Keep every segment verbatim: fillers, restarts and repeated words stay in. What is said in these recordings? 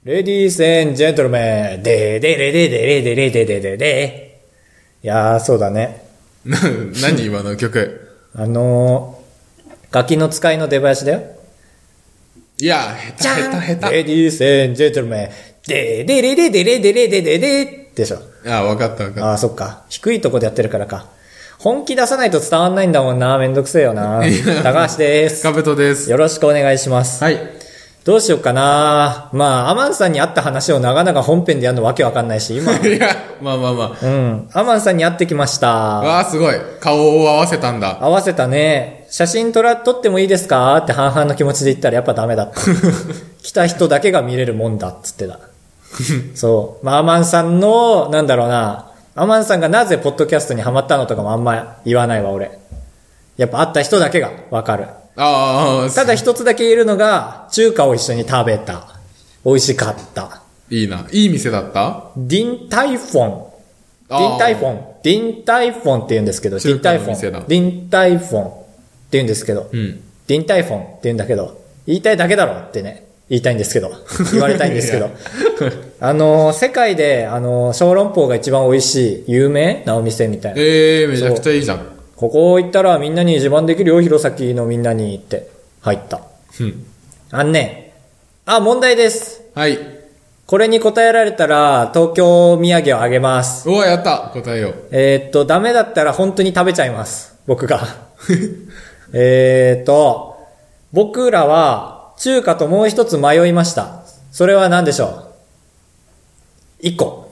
Ladies and gentlemen, でーでれででれでれでででで。いやー、そうだね。 な、何今の曲。 あのー、ガキの使いの出囃子だよ。 いや、下手下手下手。 Ladies and gentlemen, でーでれででれでれででででしょ。 あ、わかったわかった。 あー、そっか。低いとこでやってるからか。本気出さないと伝わんないんだもんな。めんどくせえよな。高橋です。 かぶとです。 よろしくお願いします。 はい。 どうしようかな。まあ、アマンさんに会った話を長々本編でやるのわけわかんないし、今。 いや、まあまあまあ。 うん。アマンさんに会ってきました。 わあ、すごい。顔を合わせたんだ。 合わせたね。写真撮ら、撮ってもいいですかって半々の気持ちで言ったらやっぱダメだった。来た人だけが見れるもんだっつってた。そう。まあ、アマンさんの、なんだろうな。アマンさんがなぜポッドキャストにハマったのとかもあんま言わないわ、俺。やっぱ会った人だけがわかる。 ああ、 ただ一つだけ言えるのが、中華を一緒に食べた。美味しかった。 いいな。いい店だった？ ディンタイフォン。ディンタイフォン。ディンタイフォンって言うんですけど、ディンタイフォン。ディンタイフォンって言うんですけど、 うん、 ディンタイフォンって言うんだけど、言いたいだけだろってね、言いたいんですけど、言われたいんですけど。あの、世界で、あの、小籠包が一番美味しい、有名なお店みたいな。 ええー、めちゃくちゃいいじゃん。 ここ行ったらみんなに自慢できるよ、弘前のみんなにって入った。 うん。 あんね、あ、問題です。 はい。 これに答えられたら、東京土産をあげます。 おー、やった。答えよう。 えー、っと、ダメだったら本当に食べちゃいます。僕が。えーっと、僕らは中華ともう一つ迷いました。それは何でしょう？一個。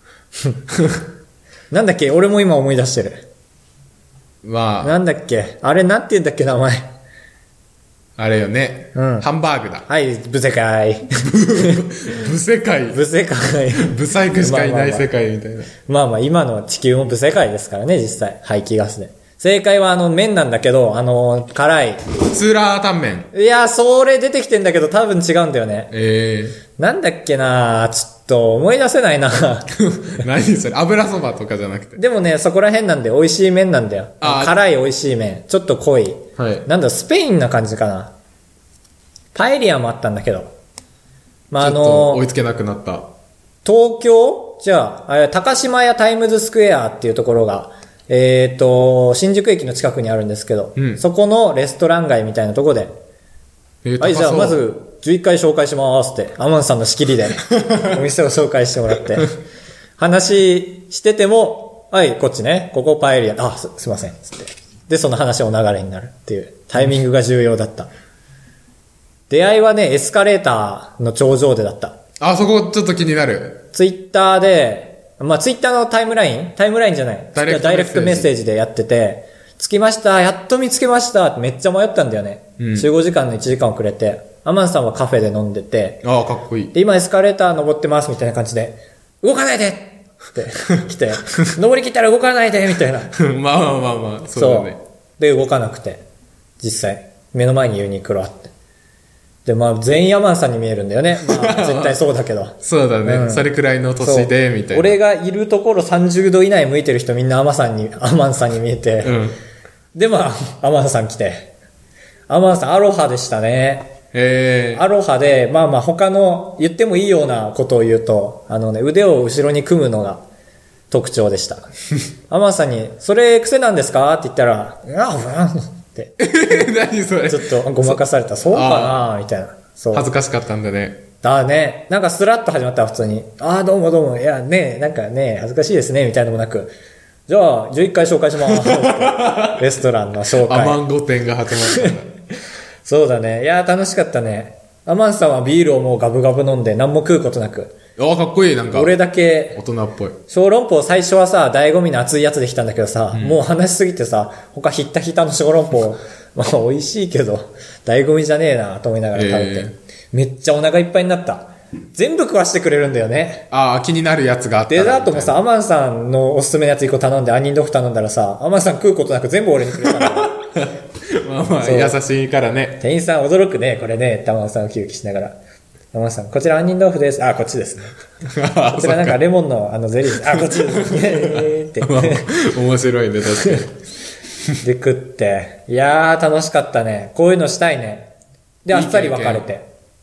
なんだっけ？俺も今思い出してる。 まあ。 なんだっけ？あれなんて言うんだっけ名前。 あれよね。うん。ハンバーグだ。 はい、ブ世界。 ブ世界。 ブ世界。 ブサイクしかいない世界みたいな。 まあまあ、今の地球もブ世界ですからね、実際。排気ガスで。正解はあの麺なんだけど、あの、辛い。 ツーラータンメン。 いや、それ出てきてんだけど多分違うんだよね。 ええー。なんだっけなちょっと思い出せないな何それ油そばとかじゃなくて。 でもね、そこら辺なんで美味しい麺なんだよ。辛い美味しい麺。ちょっと濃い。 はい。 なんだ、スペインな感じかな。パエリアもあったんだけど。 まあ、あのー、ちょっと追いつけなくなった。 東京じゃあ、あれ、高島屋タイムズスクエアっていうところが、えっと、新宿駅の近くにあるんですけど、うん、そこのレストラン街みたいなとこで、 えー、 はい、じゃあまずじゅういっかい紹介しますって、アマンさんの仕切りでお店を紹介してもらって、話してても、はい、こっちね、ここパエリア、あ、す、すいません、つって。で、その話の流れになるっていう、タイミングが重要だった。出会いはね、エスカレーターの頂上でだった。 あ、そこちょっと気になる。 ツイッターで、まあ、ツイッターのタイムラインタイムラインじゃない。ダイレクトメッセージでやってて、着きました、やっと見つけましたってめっちゃ迷ったんだよね。うん、集合時間のいちじかん遅れて、アマンさんはカフェで飲んでて、 ああ、かっこいい。 で、今エスカレーター登ってますみたいな感じで、動かないでって来て、登り切ったら動かないでみたいな。 まあまあまあまあ、そうだね。 そう。で、動かなくて、実際、目の前にユニクロあって。で、まあ、全員アマンさんに見えるんだよね。まあ、絶対そうだけど。 そうだね、うん。それくらいの年で、みたいな。 俺がいるところさんじゅうど以内向いてる人みんなアマさんに、アマンさんに見えて。うん、で、まあ、アマンさん来て。アマンさん、アロハでしたね。 へー。 アロハで、まあまあ、他の言ってもいいようなことを言うと、あのね、腕を後ろに組むのが特徴でした。アマンさんに、それ癖なんですかって言ったら、いや、って何それちょっとごまかされた。そうかなみたいな。そう。 恥ずかしかったんだね。 だね。なんかスラッと始まったら普通に。ああ、どうもどうも。いや、ねなんかね恥ずかしいですね。みたいなのもなく。じゃあ、じゅういっかい紹介します。レストランの紹介。 アマン御殿が始まったんだ。 そうだね。いや、楽しかったね。アマンさんはビールをもうガブガブ飲んで何も食うことなく。 ああ、かっこいい。なんか。 俺だけ。 大人っぽい。 小籠包最初はさ、醍醐味の熱いやつできたんだけどさ、うん、もう話しすぎてさ、他ひったひたの小籠包、まあ美味しいけど、醍醐味じゃねえなと思いながら食べて、えー。めっちゃお腹いっぱいになった。全部食わしてくれるんだよね。 ああ、気になるやつがあった。 デザートもさ、アマンさんのおすすめのやついっこ頼んで、杏仁豆腐頼んだらさ、アマンさん食うことなく全部俺にくれたから。 まあまあ、優しいからね。 店員さん驚くね、これね、玉尾さんウキウキしながら。玉尾さん、こちら杏仁豆腐です。あ、こっちですね。こちらなんかレモンのあのゼリーです。あ、こっちですね。って。 面白いね、確かに。 で、食って。いやー、楽しかったね。こういうのしたいね。で、あっさり別れて。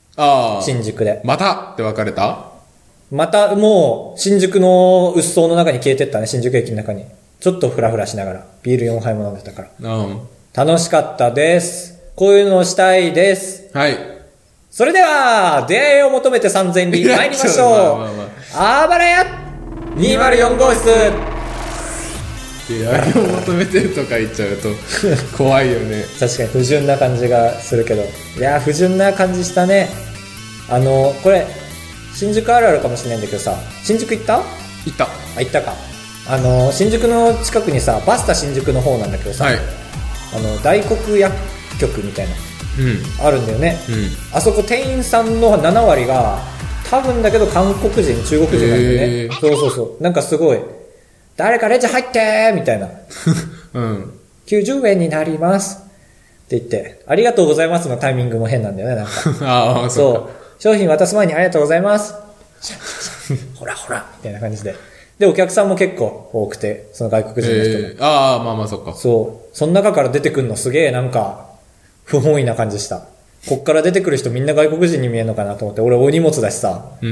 ああ。 新宿で。 またって別れた？ また、もう、新宿の鬱蒼の中に消えてったね、新宿駅の中に。ちょっとフラフラしながら、ビールよんはいも飲んでたから。 うん。 楽しかったです。こういうのをしたいです。 はい。 それでは、出会いを求めて三千里参りましょう。まあまあまあ、あばらやにまるよん号室。 出会いを求めてとか言っちゃうと怖いよね。 確かに不純な感じがするけど。いや、不純な感じしたね。あの、これ、新宿あるあるかもしれないんだけどさ、新宿行った？ 行った。 あ、行ったか。あの、新宿の近くにさ、バスタ新宿の方なんだけどさ、 はい、 あの、大黒薬局みたいな、うん、あるんだよね、うん。あそこ店員さんのななわりが、多分だけど韓国人、中国人なんだよね。そうそうそう。なんかすごい、誰かレジ入ってーみたいな。うん。きゅうじゅうえんになります。って言って、ありがとうございますのタイミングも変なんだよね、なんか。ああ、そう。商品渡す前にありがとうございます。ほらほら、みたいな感じで。で、お客さんも結構多くて、その外国人の人も。えー、ああ、まあまあそっか。 そう。その中から出てくるのすげえなんか、不本意な感じした。こっから出てくる人みんな外国人に見えるのかなと思って、俺大荷物だしさ。 うん、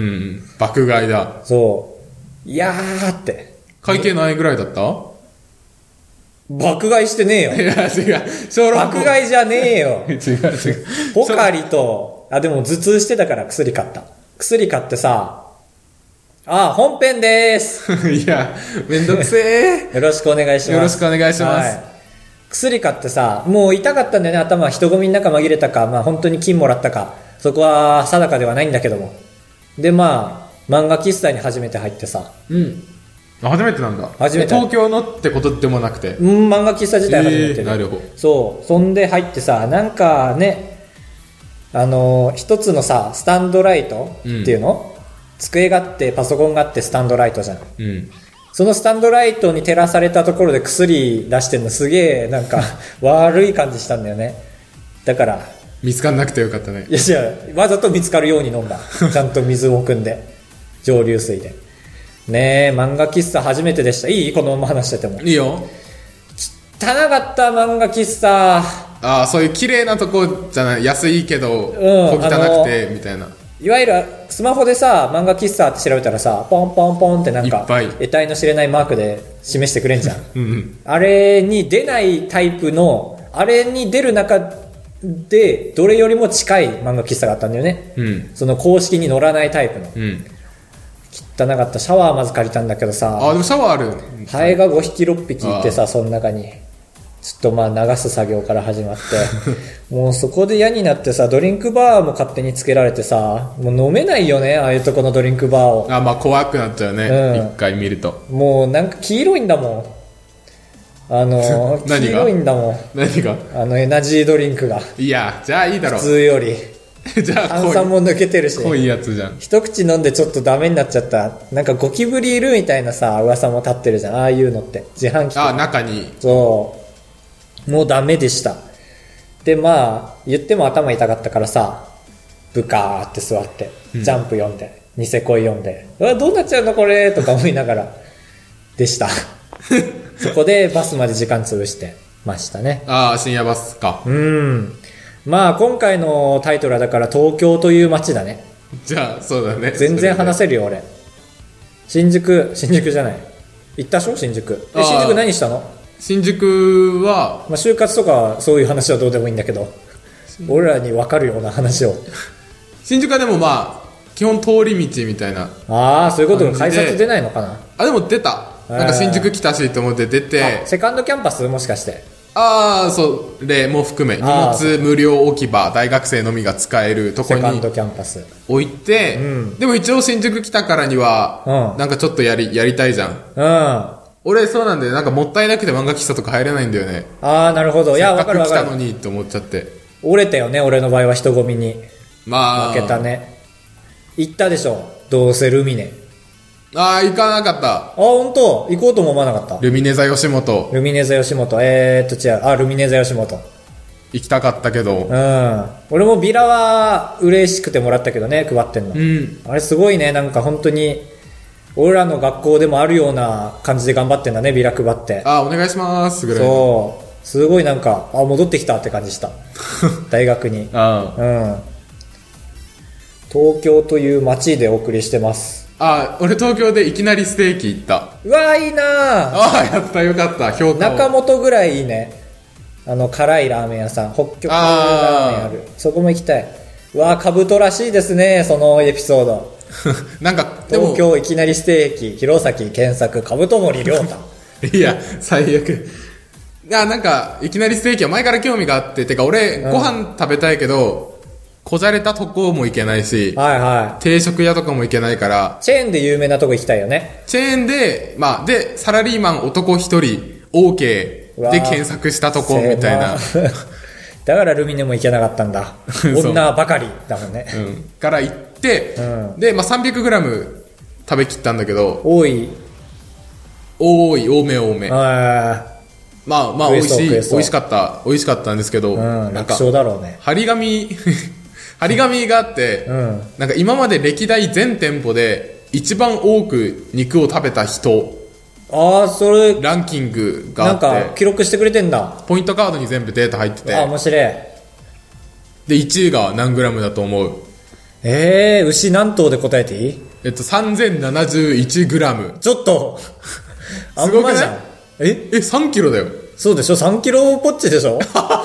爆買いだ。 そう。いやーって。 会計何円ぐらいだった？ 爆買いしてねえよ。いや、違う。爆買いじゃねえよ。違う違う。ポカリと、あ、でも頭痛してたから薬買った。薬買ってさ、あ、本編でーす。 いや、めんどくせー。 よろしくお願いします。 よろしくお願いします。はい、 薬買ってさ、もう痛かったんだよね、頭。人混みの中紛れたか、まあ本当に金もらったか、そこは定かではないんだけども。で、まあ、漫画喫茶に初めて入ってさ。 うん。初めてなんだ。 初めて。 東京のってことでもなくて。 うん、漫画喫茶自体初めて、 えー。なるほど。 そう。そんで入ってさ、なんかね、あのー、一つのさ、スタンドライトっていうの、うん、机があって、パソコンがあって、スタンドライトじゃん。うん。そのスタンドライトに照らされたところで薬出してんのすげえ、なんか、悪い感じしたんだよね。だから。 見つかんなくてよかったね。 いやいや、わざと見つかるように飲んだ。ちゃんと水を汲んで。蒸留水で。ねえ、漫画喫茶初めてでした。いい？このまま話してても。 いいよ。 汚かった漫画喫茶。 ああ、そういう綺麗なとこじゃない。安いけど、うん、小汚くて、みたいな。 いわゆる、スマホでさ、漫画喫茶って調べたらさ、ポンポンポンってなんか、得体の知れないマークで示してくれんじゃん。うんうん、あれに出ないタイプの、あれに出る中で、どれよりも近い漫画喫茶があったんだよね。うん、その公式に乗らないタイプの。うん、汚かった。シャワーまず借りたんだけどさ。 あ、でもシャワーある。 ハエがごひきろっぴきいてさ、その中に。ちょっとまあ流す作業から始まって。もうそこで嫌になってさ、ドリンクバーも勝手につけられてさ、もう飲めないよね、ああいうとこのドリンクバーを。 あ、まあ怖くなっちゃうね。うん、一回見ると。 もうなんか黄色いんだもん。あの、黄色いんだもん。 何が？ あのエナジードリンクが。 いや、じゃあいいだろう。 普通より。 じゃあ炭酸も抜けてるし。 濃いやつじゃん。 一口飲んでちょっとダメになっちゃった。なんかゴキブリいるみたいなさ、噂も立ってるじゃん。ああいうのって。自販機とか。 あ、中に。 そう。もうダメでした。で、まあ、言っても頭痛かったからさ、ブカーって座って、ジャンプ読んで、ニセ恋読んで、うわ、どうなっちゃうのこれとか思いながら、でした。そこでバスまで時間潰してましたね。 ああ、深夜バスか。 うん。まあ、今回のタイトルはだから東京という街だね。 じゃあ、そうだね。 全然話せるよ、俺。新宿、新宿じゃない。行ったでしょ新宿。え、新宿何したの？ 新宿は、 まあ、就活とかそういう話はどうでもいいんだけど、俺らに分かるような話を。 新宿はでもまあ基本通り道みたいな。 ああ、そういうことが改札出ないのかな。 あ、でも出た。なんか新宿来たしと思って出て。 セカンドキャンパスもしかして。 ああ、それも含め荷物無料置き場、大学生のみが使えるところにセカンドキャンパス置いて、うん、でも一応新宿来たからには、うん、なんかちょっとやりやりたいじゃん。うん。俺そうなんで、なんかもったいなくて漫画喫茶とか入れないんだよね。 ああ、なるほど。いや、わかるわかる。 せっかく来たのにって思っちゃって。 折れたよね、俺の場合は人混みに。 まあ。 負けたね。行ったでしょ、どうせルミネ。 ああ、行かなかった。 あ、ほんと行こうとも思わなかった。 ルミネ座吉本。 ルミネ座吉本。えーっと、違う。あ、ルミネ座吉本。 行きたかったけど。 うん。俺もビラは嬉しくてもらったけどね、配ってんの。うん。あれすごいね、なんか本当に、俺らの学校でもあるような感じで頑張ってんだね、ビラ配って。 あ、お願いしますぐらい。 そう。すごいなんか、あ、戻ってきたって感じした。大学に。ああ。うん。 東京という街でお送りしてます。 あ、俺東京でいきなりステーキ行った。 うわーいいなー。 ああ、やったよかった。評価を。 中本ぐらいいいね。あの辛いラーメン屋さん、北極ラーメンある。そこも行きたい。うわー、かぶとらしいですね、そのエピソード。 なんかでも東京いきなりステーキ、弘前検索、かぶと森亮太。 いや最悪。いやなんかいきなりステーキは前から興味があって、てか俺、うん、ご飯食べたいけどこじゃれたとこも行けないし、はいはい、定食屋とかも行けないから、 チェーンで有名なとこ行きたいよね。 チェーンでまあでサラリーマン男一人 OK で検索したとこみたいな。 だからルミネも行けなかったんだ。女ばかりだもんね。 うん。から行って、うん、で、まあ、さんびゃくグラム 食べきったんだけど。 多い。 多い、多め多め。まあまあ、美味しい、美味しかった、美味しかったんですけど。 うん、楽勝だろうね。 張り紙、張り紙があって、うん、なんか今まで歴代全店舗で一番多く肉を食べた人。 ああ、それランキングがあって、 なんか記録してくれてんだ。 ポイントカードに全部データ入ってて、 ああ面白い。 でいちいが何グラムだと思う？ ええー、牛何頭で答えていい？ えっとさんぜんななじゅういちグラム。 ちょっとすごくない？ ええさんキロだよ。 そうでしょ、さんキロポッチでしょ。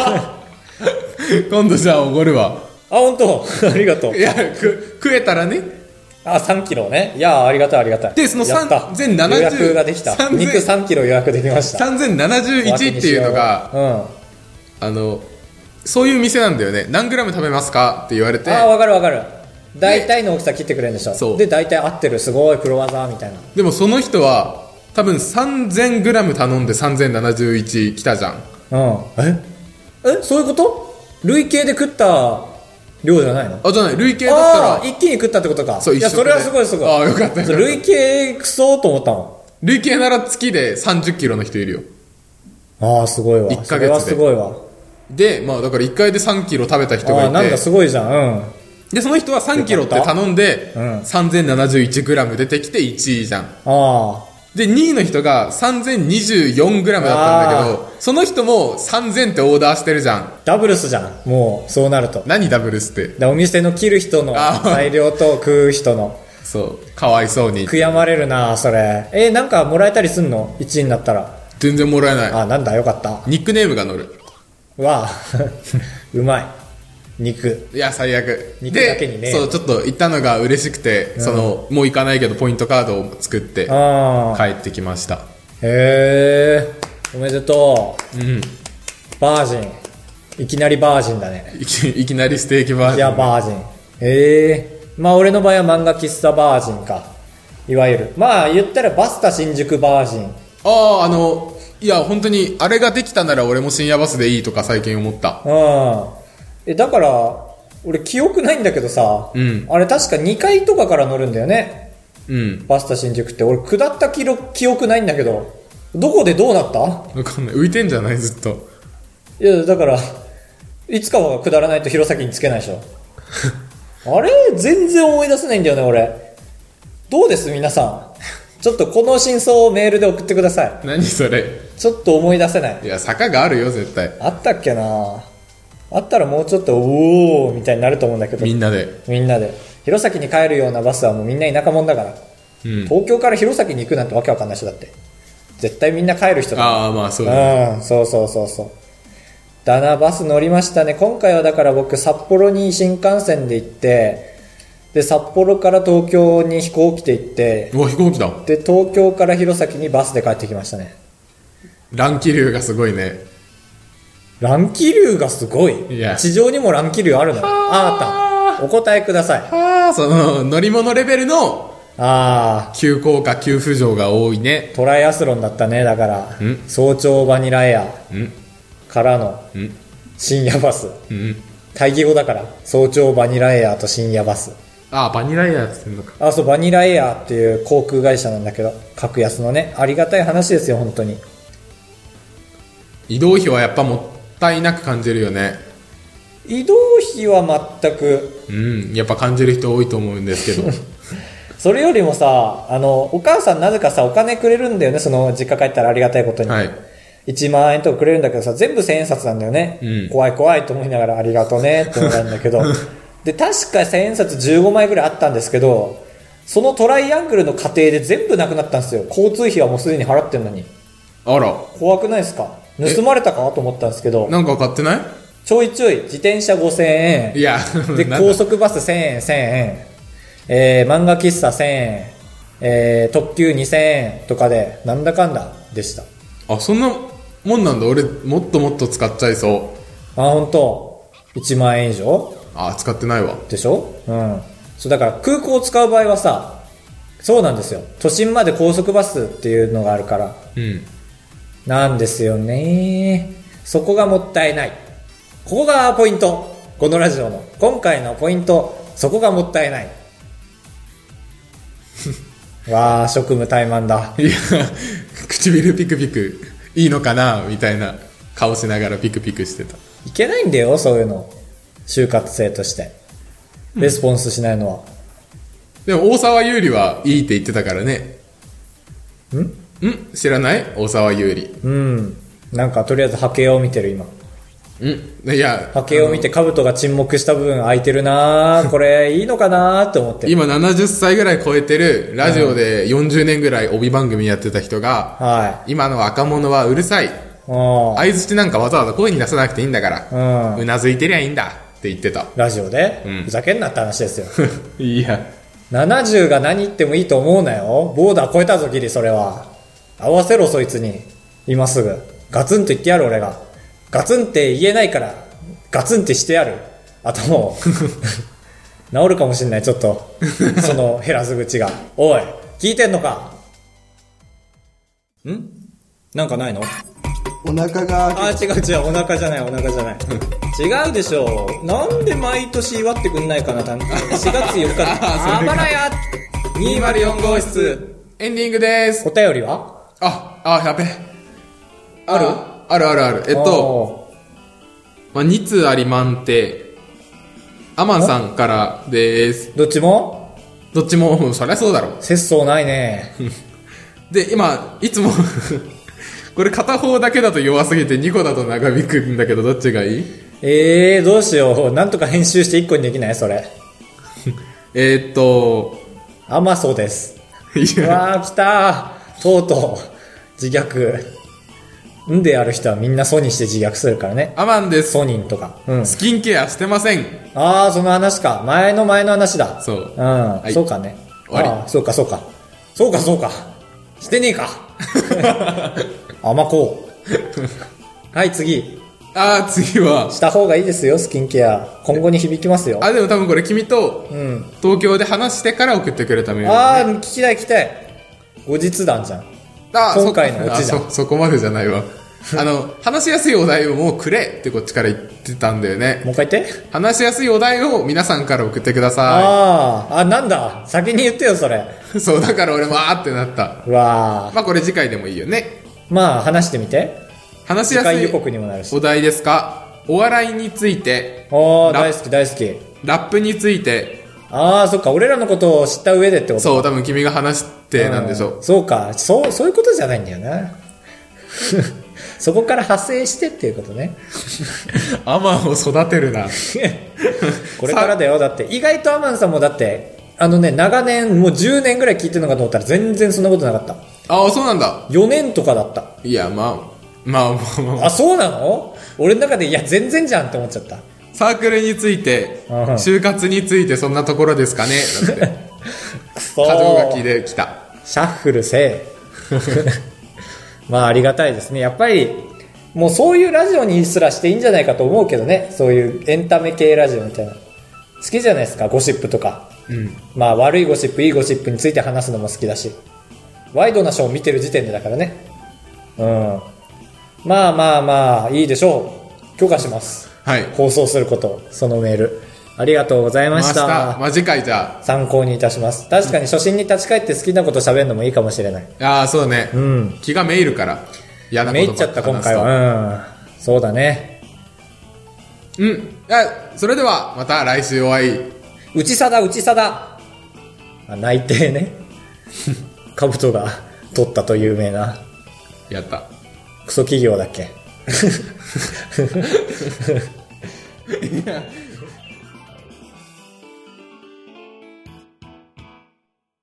今度じゃあおごるわ。 あ本当ありがとう。 いやく食えたらね。 あ、さんキロね。いやありがたいありがたい。 で、そのさんぜんななじゅう。 予約ができた。肉さんキロ予約できました。 さんぜんななじゅういちっていうのが、うん、あの、そういう店なんだよね。何グラム食べますかって言われて。 あ、わかるわかる。大体の大きさ切ってくれるんでしょ。そう。で、大体合ってる。すごいプロ技みたいな。 でもその人は、多分さんぜんグラム頼んでさんぜんななじゅういち来たじゃん。 うん。ええそういうこと？累計で食った量じゃないの？ あ、じゃない。累計だったら。 ああ、一気に食ったってことか。 そう、 いや、それはすごいすごい。 ああ、よかったよかった。 累計クソと思ったもん。 累計なら月でさんじゅっキロの人いるよ。 ああ、すごいわ。いっかげつで。それはすごいわ。 で、まあだからいっかいでさんキロ食べた人がいて。ああ、 なんだすごいじゃん。うん。 で、その人はさんキロって頼んで、うん、さんぜんななじゅういちグラム出てきていちいじゃん。ああ。で、にいの人が さんぜんにじゅうよんグラム だったんだけど、その人もさんぜんってオーダーしてるじゃん。 ダブルスじゃん。もう、そうなると。 何ダブルスって？ お店の切る人の裁量と食う人の。 そう。かわいそうに。 悔やまれるなそれ。えー、なんかもらえたりすんの？いちいになったら。 全然もらえない。 あ、なんだ、よかった。 ニックネームが載る。 わあ、うまい。肉。 いや、最悪。 肉だけにね。 そう、ちょっと行ったのが嬉しくて、うん、その、もう行かないけどポイントカードを作って帰ってきました。 へー、おめでとう。うん。バージン。いきなりバージンだね。 いき、いきなりステーキバージン。 いや、バージン。へー。まあ俺の場合は漫画喫茶バージンか。いわゆる。まあ言ったらバスタ新宿バージン。 ああ、あの、いや、本当に、あれができたなら俺も深夜バスでいいとか最近思った。 うん。え、だから、俺記憶ないんだけどさ、うん、あれ確かにかいとかから乗るんだよね。うん。バスタ新宿って。俺下った記録、記憶ないんだけど、どこでどうなった？わかんない。浮いてんじゃないずっと。 いや、だから、いつかは下らないと弘前につけないでしょ。あれ全然思い出せないんだよね、俺。どうです皆さん。ちょっとこの真相をメールで送ってください。 何それ？ ちょっと思い出せない。 いや、坂があるよ、絶対。 あったっけなあったらもうちょっとおーみたいになると思うんだけど。 みんなで。 みんなで。弘前に帰るようなバスはもうみんな田舎者だから。うん、東京から弘前に行くなんてわけわかんない人だって。絶対みんな帰る人だ。 ああ、まあそうだね。 うん、そうそうそうそう。だな、バス乗りましたね。今回はだから僕札幌に新幹線で行って、で、札幌から東京に飛行機で行って、 うわ、飛行機だ。 で、東京から弘前にバスで帰ってきましたね。 乱気流がすごいね。 乱気流がすごい。地上にも乱気流あるの？あーた。お答えください。 ああ、その、乗り物レベルの、ああ。急降下、急浮上が多いね。 トライアスロンだったね、だから。早朝バニラエア。からの、深夜バス。対義語だから。早朝バニラエアと深夜バス。 ああ、バニラエアって言ってんのか。 あ、そう、バニラエアっていう航空会社なんだけど、格安のね、ありがたい話ですよ、本当に。 移動費はやっぱもったいなく感じるよね。 移動費は全く。 うん、やっぱ感じる人多いと思うんですけど。 それよりもさ、あの、お母さんなぜかさ、お金くれるんだよね、その、実家帰ったらありがたいことに。はい。いちまんえんとかくれるんだけどさ、全部せんえん札なんだよね。うん。怖い怖いと思いながらありがとうねって思うんだけど、 で、確か千円札じゅうごまいぐらいあったんですけど、そのトライアングルの過程で全部なくなったんですよ。交通費はもうすでに払ってるのに。 あら。 怖くないですか？盗まれたかと思ったんですけど。 なんか買ってない？ ちょいちょい、自転車ごせんえん。 いや、 で、高速バスせんえん、せんえん。えー、漫画喫茶せんえん。えー、特急にせんえんとかで、なんだかんだでした。 あ、そんなもんなんだ。俺、もっともっと使っちゃいそう。 あ、ほんと。いちまんえん以上？ あ、使ってないわ。 でしょ？うん。そう、だから空港を使う場合はさ、そうなんですよ。都心まで高速バスっていうのがあるから。 うん。 なんですよね。そこがもったいない。ここがポイント。このラジオの。今回のポイント。そこがもったいない。わー、職務怠慢だ。 いや、唇ピクピク、いいのかなみたいな顔しながらピクピクしてた。 いけないんだよ、そういうの。就活生として。レスポンスしないのは。 うん、でも、大沢優里はいいって言ってたからね。んん知らない？大沢優里。 うん。なんか、とりあえず波形を見てる、今。 んいや、 波形を見て兜が沈黙した部分空いてるなーこれいいのかなーって思って。 今ななじゅっさいぐらい超えてるラジオでよんじゅうねんぐらい帯番組やってた人が、 はい。 今の若者はうるさい。相づちなんかわざわざ声に出さなくていいんだから、うん、うなずいてりゃいいんだって言ってた。 ラジオで、 うん、 ふざけんなって話ですよ。 いや。 ななじゅうが何言ってもいいと思うなよ。ボーダー超えたぞ、ギリ、それは。合わせろ、そいつに。今すぐ。ガツンと言ってやる、俺が。ガツンって言えないから、ガツンってしてやる。頭を。治るかもしんない、ちょっと。その減らず口が。おい、聞いてんのか？ん？なんかないの？ お腹が。 あ、違う違う、お腹じゃない、お腹じゃない。違うでしょ。なんで毎年祝ってくんないかな、しがつよっか。あばらやにひゃくよんごうしつ。 エンディングです。 お便りは？ あ、あ、やべ。 ある？ あるあるある。えっと、まあ、に通ありまんて、アマンさんからです。 どっちも？ どっちも、そりゃそうだろ。 節操ないね。 で、今、いつも、これ片方だけだと弱すぎてにこだと長引くんだけど、どっちがいい？ えー、どうしよう。なんとか編集していっこにできない？それ。 えーっと、 アマソです。 いうわー、来たー。とうとう、自虐。んである人はみんなソにして自虐するからね。 アマンです。 ソニンとか。うん。 スキンケアしてません。 あー、その話か。前の前の話だ。 そう。 うん。はい、そうかね。 終わり。 あー、そうかそうか。そうかそうか。してねえか。あまこう。はい、次。 あー、次は。 した方がいいですよ、スキンケア。今後に響きますよ。 あ、でも多分これ君と、 うん。 東京で話してから送ってくれたメール、ね。 あー、聞きたい聞きたい。後日談じゃん。 あ、 今回のオチじゃん。 そ、そこまでじゃないわ。あの、話しやすいお題をもうくれってこっちから言ってたんだよね。 もう一回言って。 話しやすいお題を皆さんから送ってくださあー、あ、なんだ。先に言ってよ、それ。 い。そう、だから俺もあーってなった。 うわー。 まあこれ次回でもいいよね。 まあ、話してみて。 話しやすい次回予告にもなるし。 お題ですか？お笑いについて。 おー、大好き大好き。 ラップについて。 あー、そっか、俺らのことを知った上でってこと？ そう、多分君が話してなんでしょう。 そうか、そう、そういうことじゃないんだよな。そこから派生してっていうことね。 アマンを育てるな。 これからだよ。だって、意外とアマンさんもだって、あのね、長年、もうじゅうねんぐらい聞いてるのかと思ったら全然そんなことなかった。 ああ、そうなんだ。 よねんとかだった。 いや、まあ、まあまあまあ。 あ、そうなの？俺の中で、いや、全然じゃんって思っちゃった。 サークルについて、 うん、 就活についてそんなところですかねだって。箇条書きで来た。 シャッフルせえ。まあ、ありがたいですね。やっぱり、もうそういうラジオにすらしていいんじゃないかと思うけどね。そういうエンタメ系ラジオみたいな。好きじゃないですか、ゴシップとか。 うん。 まあ、悪いゴシップ、いいゴシップについて話すのも好きだし。ワイドなショーを見てる時点でだからね。うん。まあまあまあ、いいでしょう。許可します。 はい。 放送すること、そのメール。ありがとうございました。 まあ、次回じゃあ。 参考にいたします。確かに初心に立ち返って好きなこと喋るのもいいかもしれない。 ああ、そうね。 うん。 気がめいるから。嫌なことめいっちゃった、今回は。うん。そうだね。 うん。あ、それでは、また来週お会い。 内さだ、内さだ。あ、内定ね。カブトが取ったと有名な。 やった。 クソ企業だっけ。 いや